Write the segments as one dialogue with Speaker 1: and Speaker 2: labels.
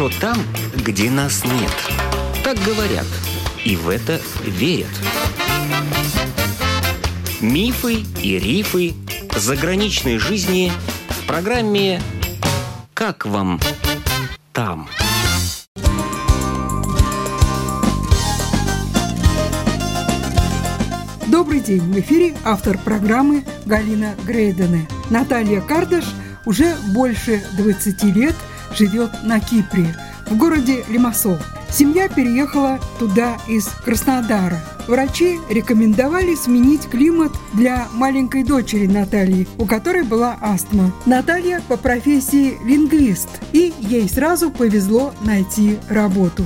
Speaker 1: хорошо там, где нас нет. Так говорят, и в это верят. Мифы и рифы заграничной жизни в программе «Как вам там?».
Speaker 2: Добрый день! В эфире автор программы Галина Грейдене. Наталья Кардаш уже больше 20 лет живет на Кипре, в городе Лимассол. Семья переехала туда из Краснодара. Врачи рекомендовали сменить климат для маленькой дочери Натальи, у которой была астма. Наталья по профессии лингвист, и ей сразу повезло найти работу.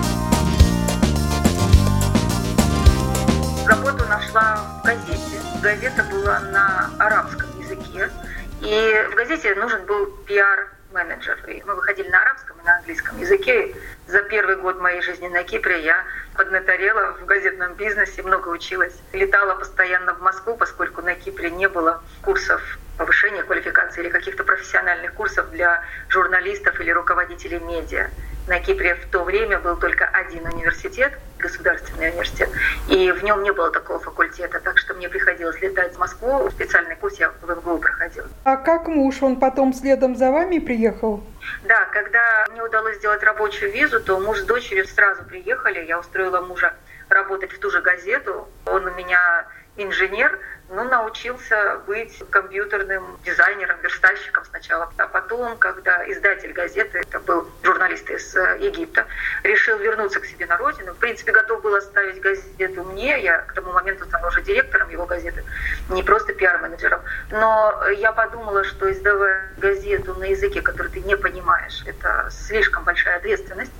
Speaker 3: Работу нашла в газете. Газета была на арабском языке, и в газете нужен был пиар-менеджер. И мы выходили на арабском и на английском языке. За первый год моей жизни на Кипре я поднаторела в газетном бизнесе, много училась. Летала постоянно в Москву, поскольку на Кипре не было курсов повышения квалификации или каких-то профессиональных курсов для журналистов или руководителей медиа. На Кипре в то время был только один университет, государственный университет, и в нем не было такого факультета, так что мне приходилось летать в Москву. Специальный курс я в МГУ проходила.
Speaker 2: А как муж? Он потом следом за вами приехал?
Speaker 3: Да, когда мне удалось сделать рабочую визу, то муж с дочерью сразу приехали. Я устроила мужа работать в ту же газету. Он у меня инженер, но научился быть компьютерным дизайнером, верстальщиком сначала. А потом, когда издатель газеты, это был журналист из Египта, решил вернуться к себе на родину, в принципе, готов был оставить газету мне. Я к тому моменту стала уже директором его газеты, не просто пиар-менеджером. Но я подумала, что издавая газету на языке, который ты не понимаешь, это слишком большая ответственность.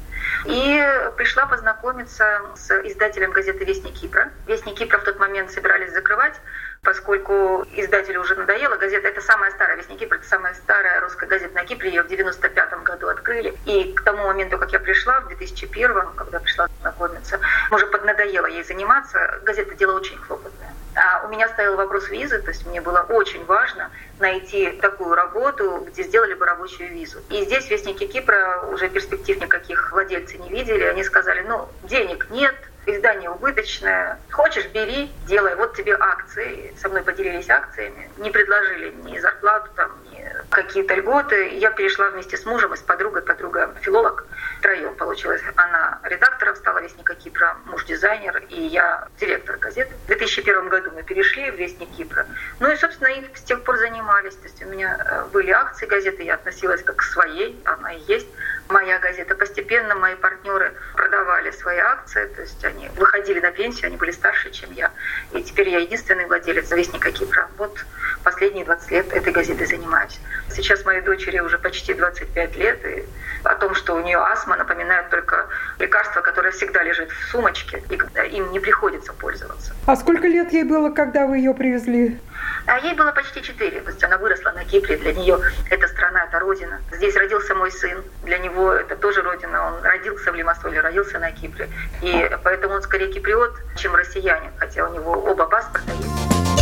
Speaker 3: И пришла познакомиться с издателем газеты «Вестник Кипра». «Вестник Кипра» в тот момент собирались закрывать, поскольку издателю уже надоело. Газета — это самая старая, «Вестник Кипра» — это самая старая русская газета на Кипре. Ее в 1995 году открыли. И к тому моменту, как я пришла, в 2001, когда пришла знакомиться, уже поднадоело ей заниматься. Газета — дело очень хлопотное. А у меня стоял вопрос визы, то есть мне было очень важно найти такую работу, где сделали бы рабочую визу. И здесь в «Вестнике Кипра» уже перспектив никаких владельцы не видели. Они сказали, денег нет, издание убыточное, хочешь — бери, делай, вот тебе акции. Со мной поделились акциями, не предложили ни зарплату, ни какие-то льготы. Я перешла вместе с мужем и с подругой, подруга филолог, втроем получилось. Она редактором стала «Вестника Кипра», муж дизайнер, и я директор газеты. В 2001 году мы перешли в «Вестник Кипра». И, собственно, их с тех пор занимались. То есть у меня были акции газеты, я относилась как к своей, она и есть моя газета. Постепенно мои партнеры продавали свои акции, то есть они выходили на пенсию, они были старше, чем я. И теперь я единственный владелец «Вестника Кипра». Вот последние 20 лет этой газетой занимаюсь. Сейчас моей дочери уже почти 25 лет, и о том, что у нее астма, напоминает только лекарство, которое всегда лежит в сумочке, и им не приходится пользоваться.
Speaker 2: А сколько лет ей было, когда вы ее привезли?
Speaker 3: А ей было почти 4, то есть она выросла на Кипре, для нее эта страна, это родина. Здесь родился мой сын, для него это тоже родина, он родился в Лимассоле, родился на Кипре, и поэтому он скорее киприот, чем россиянин, хотя у него оба паспорта есть.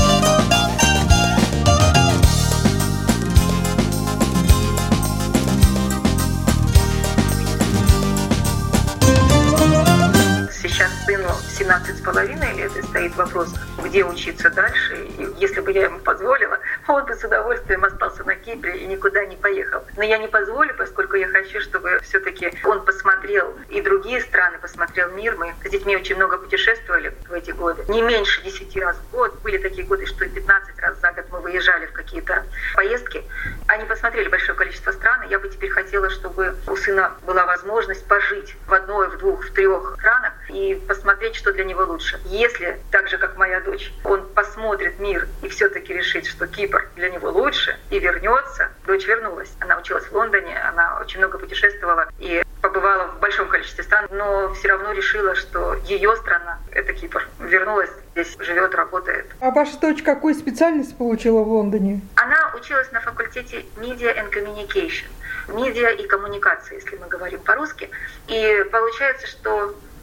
Speaker 3: Сейчас сыну 17,5 лет, и стоит вопрос, где учиться дальше. И если бы я ему позволила, он бы с удовольствием остался на Кипре и никуда не поехал. Но я не позволю, поскольку я хочу, чтобы все-таки он посмотрел и другие страны, посмотрел мир. Мы с детьми очень много путешествовали в эти годы. Не меньше 10 раз в год. Были такие годы, что и 15 раз за год мы выезжали в какие-то поездки. Они посмотрели большое количество стран. Я бы теперь хотела, чтобы у сына была возможность пожить в одной, в двух, в трех странах и посмотреть, что для него лучше. Если, так же как моя дочь, он посмотрит мир и все-таки решит, что Кипр для него лучше, и вернется. Дочь вернулась. Она училась в Лондоне, она очень много путешествовала и побывала в большом количестве стран, но все равно решила, что ее страна — это Кипр. Вернулась, здесь живет, работает.
Speaker 2: А ваша дочь какую специальность получила в Лондоне?
Speaker 3: Она училась на факультете Media and Communication. Медиа и коммуникации, если мы говорим по-русски. И получается, что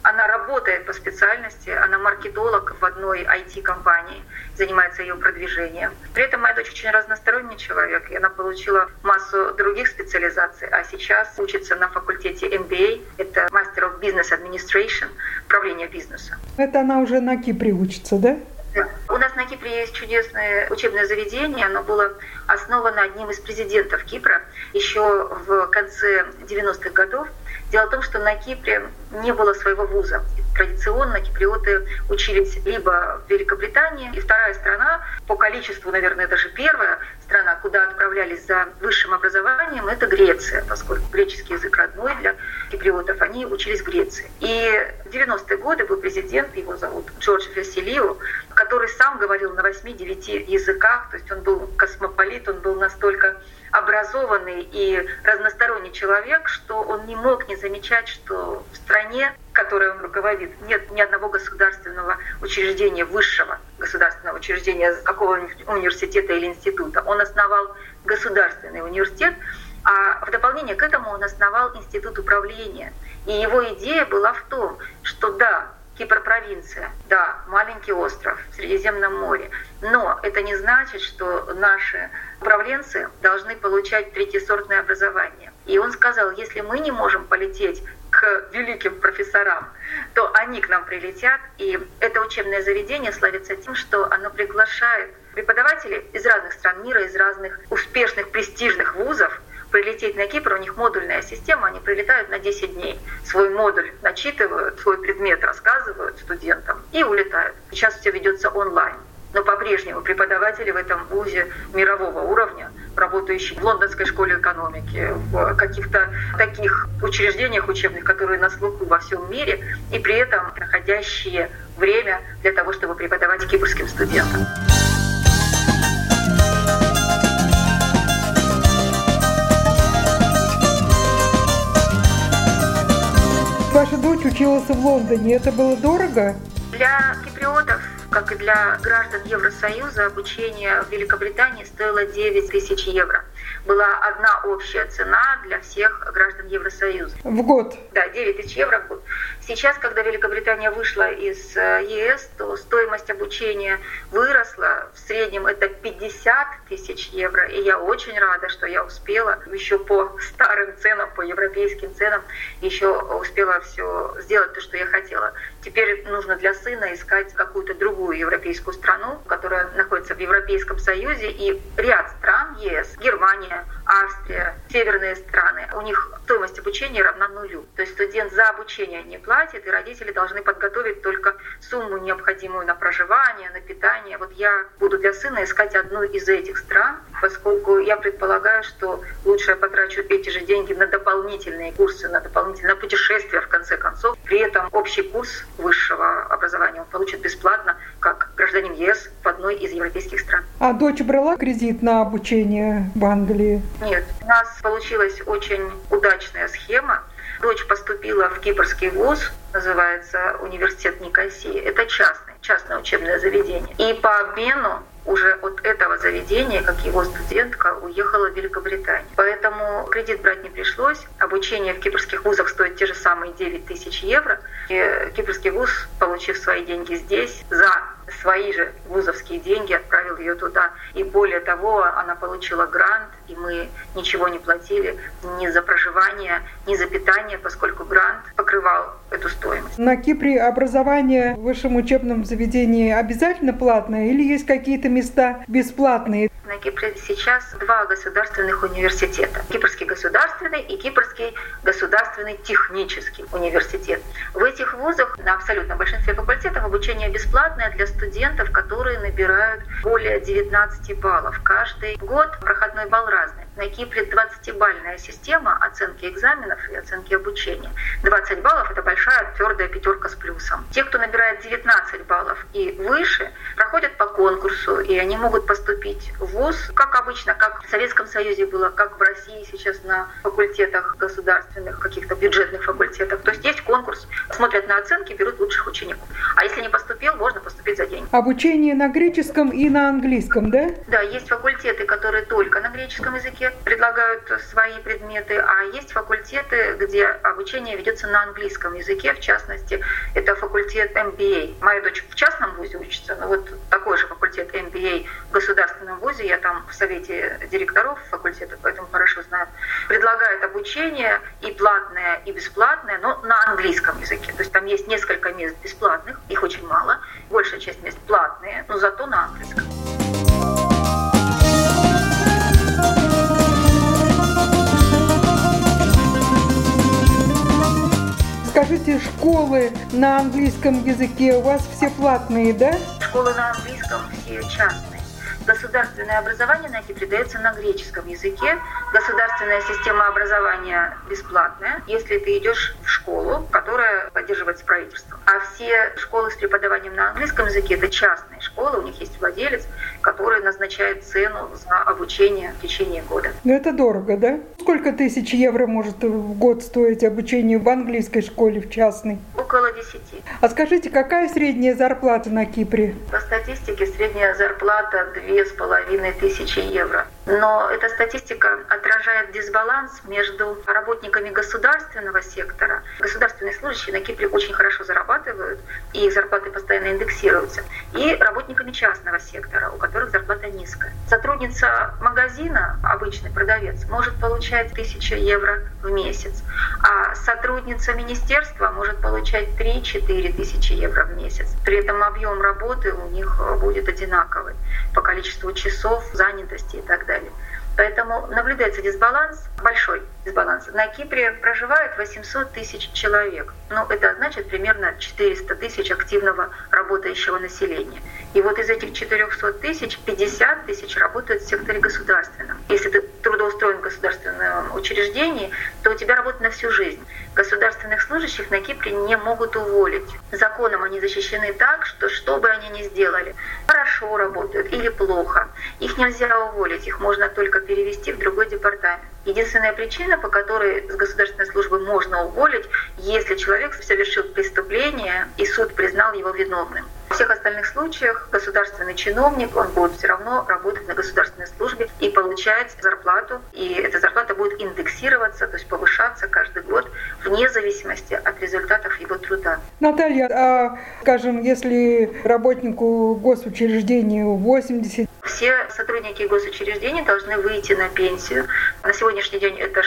Speaker 3: Она работает по специальности, она маркетолог в одной IT-компании, занимается ее продвижением. При этом моя дочь очень разносторонний человек, и она получила массу других специализаций, а сейчас учится на факультете MBA, это Master of Business Administration, управление бизнесом.
Speaker 2: Это она уже на Кипре учится, да?
Speaker 3: У нас на Кипре есть чудесное учебное заведение. Оно было основано одним из президентов Кипра еще в конце 90-х годов. Дело в том, что на Кипре не было своего вуза. Традиционно киприоты учились либо в Великобритании, и вторая страна, по количеству, наверное, даже первая страна, куда отправлялись за высшим образованием, это Греция, поскольку греческий язык родной для киприотов, они учились в Греции. И в 90-е годы был президент, его зовут Джордж Василиу, который сам говорил на 8-9 языках, то есть он был космополит, он был настолько образованный и разносторонний человек, что он не мог не замечать, что в стране, которой он руководит, нет ни одного государственного учреждения, высшего государственного учреждения, какого-нибудь университета или института. Он основал государственный университет, а в дополнение к этому он основал институт управления. И его идея была в том, что да, Кипр провинция, да, маленький остров в Средиземном море, но это не значит, что наши управленцы должны получать третьесортное образование. И он сказал, если мы не можем полететь к великим профессорам, то они к нам прилетят. И это учебное заведение славится тем, что оно приглашает преподавателей из разных стран мира, из разных успешных, престижных вузов, прилететь на Кипр, у них модульная система, они прилетают на 10 дней. Свой модуль начитывают, свой предмет рассказывают студентам и улетают. Сейчас все ведется онлайн. Но по-прежнему преподаватели в этом вузе мирового уровня, работающие в Лондонской школе экономики, в каких-то таких учреждениях учебных, которые на слуху во всем мире, и при этом находящие время для того, чтобы преподавать кипрским студентам.
Speaker 2: Ваша дочь училась в Лондоне. Это было дорого?
Speaker 3: Для киприотов, как и для граждан Евросоюза, обучение в Великобритании стоило 9 тысяч евро. Была одна общая цена для всех граждан Евросоюза.
Speaker 2: В год?
Speaker 3: Да, 9 тысяч евро в год. Сейчас, когда Великобритания вышла из ЕС, то стоимость обучения выросла. В среднем это 50 тысяч евро. И я очень рада, что я успела еще по старым ценам, по европейским ценам, еще успела все сделать то, что я хотела. Теперь нужно для сына искать какую-то другую европейскую страну, которая находится в Европейском Союзе, и ряд стран ЕС, Германия, Австрия, северные страны, у них стоимость обучения равна нулю. То есть студент за обучение не платит, и родители должны подготовить только сумму, необходимую на проживание, на питание. Вот я буду для сына искать одну из этих стран, поскольку я предполагаю, что лучше я потрачу эти же деньги на дополнительные курсы, на дополнительное путешествие, в конце концов. При этом общий курс высшего образования он получит бесплатно, как гражданин ЕС в одной из европейских стран.
Speaker 2: А дочь брала кредит на обучение в Англии?
Speaker 3: Нет, у нас получилась очень удачная схема. Дочь поступила в кипрский вуз, называется университет Никосии. Это частное учебное заведение. И по обмену уже от этого заведения, как его студентка, уехала в Великобританию. Поэтому кредит брать не пришлось. Обучение в кипрских вузах стоит те же самые 9 тысяч евро. И кипрский вуз, получив свои деньги здесь, за свои же вузовские деньги отправил ее туда. И более того, она получила грант, и мы ничего не платили ни за проживание, ни за питание, поскольку грант покрывал эту стоимость.
Speaker 2: На Кипре образование в высшем учебном заведении обязательно платное или есть какие-то места бесплатные?
Speaker 3: На Кипре сейчас 2 государственных университета. Кипрский государственный и Кипрский государственный технический университет. В этих вузах на абсолютном большинстве факультетов обучение бесплатное для студентов, которые набирают более 19 баллов. Каждый год проходной балл разный. На Кипре 20-бальная система оценки экзаменов и оценки обучения. 20 баллов — это большая твердая пятерка с плюсом. Те, кто набирает 19 баллов и выше, проходят по конкурсу, и они могут поступить в вуз, как обычно, как в Советском Союзе было, как в России сейчас на факультетах государственных, каких-то бюджетных факультетах. То есть есть конкурс, смотрят на оценки, берут лучших учеников. А если не поступил, можно поступить за деньги.
Speaker 2: Обучение на греческом и на английском, да?
Speaker 3: Да, есть факультеты, которые только на греческом языке предлагают свои предметы, а есть факультеты, где обучение ведется на английском языке. В частности, это факультет MBA. Моя дочь в частном вузе учится, но вот такой же факультет MBA в государственном вузе, я там в совете директоров факультета, поэтому хорошо знаю, предлагает обучение и платное, и бесплатное, но на английском языке. То есть там есть несколько мест бесплатных, их очень мало, большая часть мест платные, но зато на английском.
Speaker 2: Скажите, школы на английском языке у вас все платные, да?
Speaker 3: Школы на английском все частные. Государственное образование на Кипре дается на греческом языке. Государственная система образования бесплатная, если ты идешь в школу, которая поддерживается правительством. А все школы с преподаванием на английском языке — это частные школы, у них есть владелец, который назначает цену за обучение в течение года.
Speaker 2: Ну это дорого, да? Сколько тысяч евро может в год стоить обучение в английской школе, в частной?
Speaker 3: Около 10.
Speaker 2: А скажите, какая средняя зарплата на Кипре?
Speaker 3: По статистике средняя зарплата 2500 евро. Но эта статистика отражает дисбаланс между работниками государственного сектора. Государственные служащие на Кипре очень хорошо зарабатывают, и их зарплаты постоянно индексируются, и работниками частного сектора, у которых зарплата низкая. Сотрудница магазина, обычный продавец, может получать 1000 евро в месяц, а сотрудница министерства может получать 3-4 тысячи евро в месяц. При этом объем работы у них будет одинаковый по количеству часов, занятости и так далее. Поэтому наблюдается дисбаланс, большой дисбаланс. На Кипре проживает 800 тысяч человек. Ну, это значит примерно 400 тысяч активного работающего населения. И вот из этих 400 тысяч 50 тысяч работают в секторе государственном. Если ты трудоустроен в государственном учреждении, то у тебя работа на всю жизнь. Государственных служащих на Кипре не могут уволить. Законом они защищены так, что бы они ни сделали, хорошо работают или плохо, их нельзя уволить, их можно только перевести в другой департамент. Единственная причина, по которой с государственной службы можно уволить, если человек совершил преступление и суд признал его виновным. В всех остальных случаях государственный чиновник, он будет все равно работать на государственной службе и получать зарплату, и эта зарплата будет индексироваться, то есть повышаться каждый год вне зависимости от результатов его труда.
Speaker 2: Наталья, а, скажем, если работнику госучреждения 80...
Speaker 3: Все сотрудники госучреждений должны выйти на пенсию. На сегодняшний день это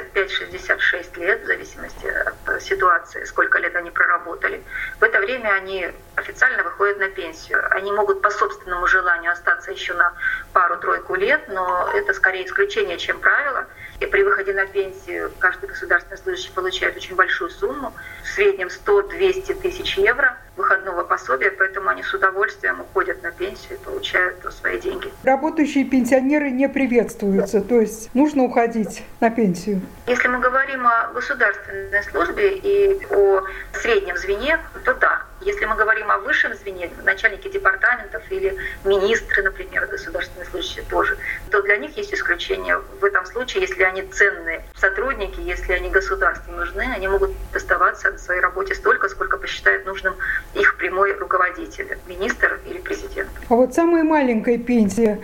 Speaker 3: 65-66 лет, в зависимости от ситуации, сколько лет они проработали. В это время они официально выходят на пенсию. Они могут по собственному желанию остаться еще на пару-тройку лет, но это скорее исключение, чем правило. И при выходе на пенсию каждый государственный служащий получает очень большую сумму, в среднем 100-200 тысяч евро выходного пособия, поэтому они с удовольствием уходят на пенсию и получают свои деньги.
Speaker 2: Работающие пенсионеры не приветствуются, то есть нужно уходить на пенсию.
Speaker 3: Если мы говорим о государственной службе и о среднем звене, то да. Если мы говорим о высшем звене, начальники департаментов или министры, например, государственные служащие тоже, то для них есть исключение. В этом случае, если они ценные сотрудники, если они государству нужны, они могут оставаться на своей работе столько, сколько посчитает нужным их прямой руководитель, министр или президент.
Speaker 2: А вот самая маленькая пенсия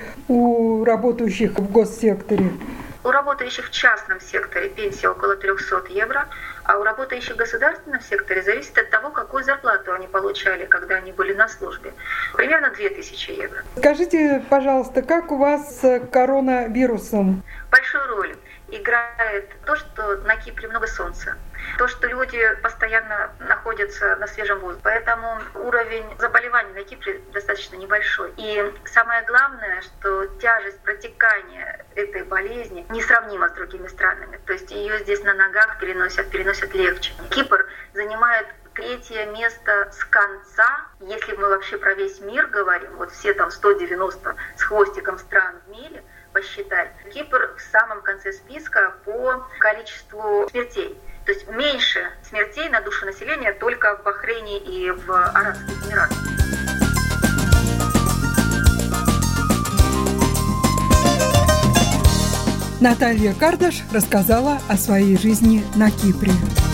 Speaker 2: у работающих в госсекторе?
Speaker 3: У работающих в частном секторе пенсия около 300 евро, а у работающих в государственном секторе зависит от того, какую зарплату они получали, когда они были на службе. Примерно 2000 евро.
Speaker 2: Скажите, пожалуйста, как у вас с коронавирусом?
Speaker 3: Большую роль играет то, что на Кипре много солнца. То, что люди постоянно находятся на свежем воздухе. Поэтому уровень заболеваний на Кипре достаточно небольшой. И самое главное, что тяжесть протекания этой болезни несравнима с другими странами. То есть ее здесь на ногах переносят легче. Кипр занимает 3-е место с конца, если мы вообще про весь мир говорим, вот все там 190 с хвостиком стран в мире, посчитать. Кипр в самом конце списка по количеству смертей. То есть меньше смертей на душу населения только в Бахрейне и в Арабских Эмиратах.
Speaker 2: Наталья Кардаш рассказала о своей жизни на Кипре.